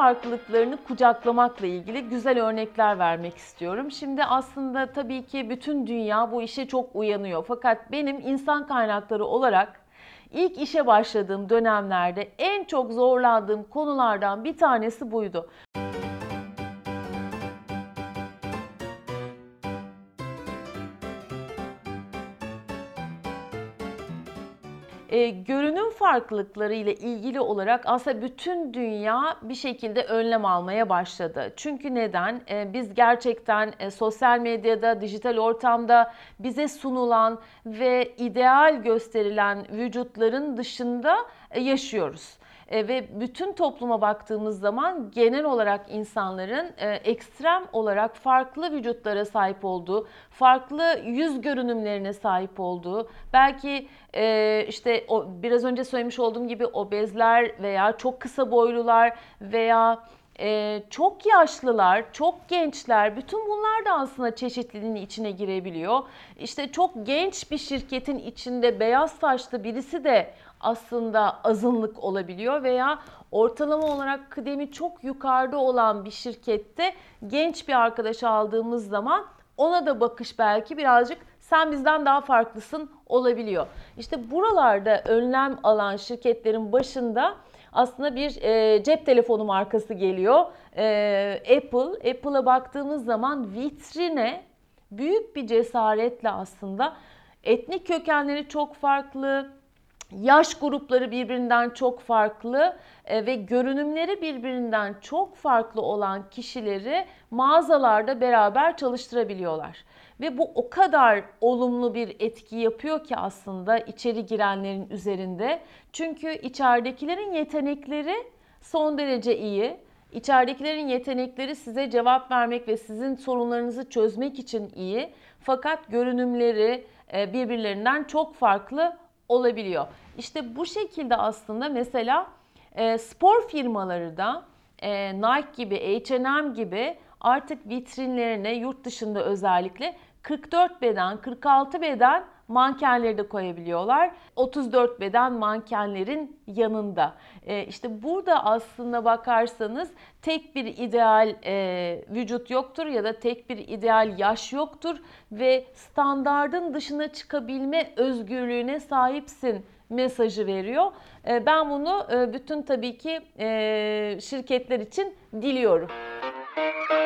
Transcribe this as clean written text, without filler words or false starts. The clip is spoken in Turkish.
farklılıklarını kucaklamakla ilgili güzel örnekler vermek istiyorum. Şimdi aslında tabii ki bütün dünya bu işe çok uyanıyor. Fakat benim insan kaynakları olarak ilk işe başladığım dönemlerde en çok zorlandığım konulardan bir tanesi buydu. Görünüm farklılıkları ile ilgili olarak aslında bütün dünya bir şekilde önlem almaya başladı. Çünkü neden? Biz gerçekten sosyal medyada, dijital ortamda bize sunulan ve ideal gösterilen vücutların dışında yaşıyoruz. Ve bütün topluma baktığımız zaman genel olarak insanların ekstrem olarak farklı vücutlara sahip olduğu, farklı yüz görünümlerine sahip olduğu, belki işte biraz önce söylemiş olduğum gibi obezler veya çok kısa boylular veya çok yaşlılar, çok gençler, bütün bunlar da aslında çeşitliliğin içine girebiliyor. İşte çok genç bir şirketin içinde beyaz saçlı birisi de aslında azınlık olabiliyor veya ortalama olarak kıdemi çok yukarıda olan bir şirkette genç bir arkadaş aldığımız zaman ona da bakış belki birazcık sen bizden daha farklısın olabiliyor. İşte buralarda önlem alan şirketlerin başında aslında bir cep telefonu markası geliyor. Apple. Apple'a baktığımız zaman vitrine büyük bir cesaretle aslında etnik kökenleri çok farklı, yaş grupları birbirinden çok farklı ve görünümleri birbirinden çok farklı olan kişileri mağazalarda beraber çalıştırabiliyorlar. Ve bu o kadar olumlu bir etki yapıyor ki aslında içeri girenlerin üzerinde. Çünkü içeridekilerin yetenekleri son derece iyi. İçeridekilerin yetenekleri size cevap vermek ve sizin sorunlarınızı çözmek için iyi. Fakat görünümleri birbirlerinden çok farklı olabiliyor. İşte bu şekilde aslında mesela spor firmaları da Nike gibi, H&M gibi artık vitrinlerine yurt dışında özellikle 44 beden, 46 beden mankenleri de koyabiliyorlar. 34 beden mankenlerin yanında. İşte burada aslında bakarsanız tek bir ideal vücut yoktur ya da tek bir ideal yaş yoktur ve standardın dışına çıkabilme özgürlüğüne sahipsin mesajı veriyor. Ben bunu bütün tabii ki şirketler için diliyorum.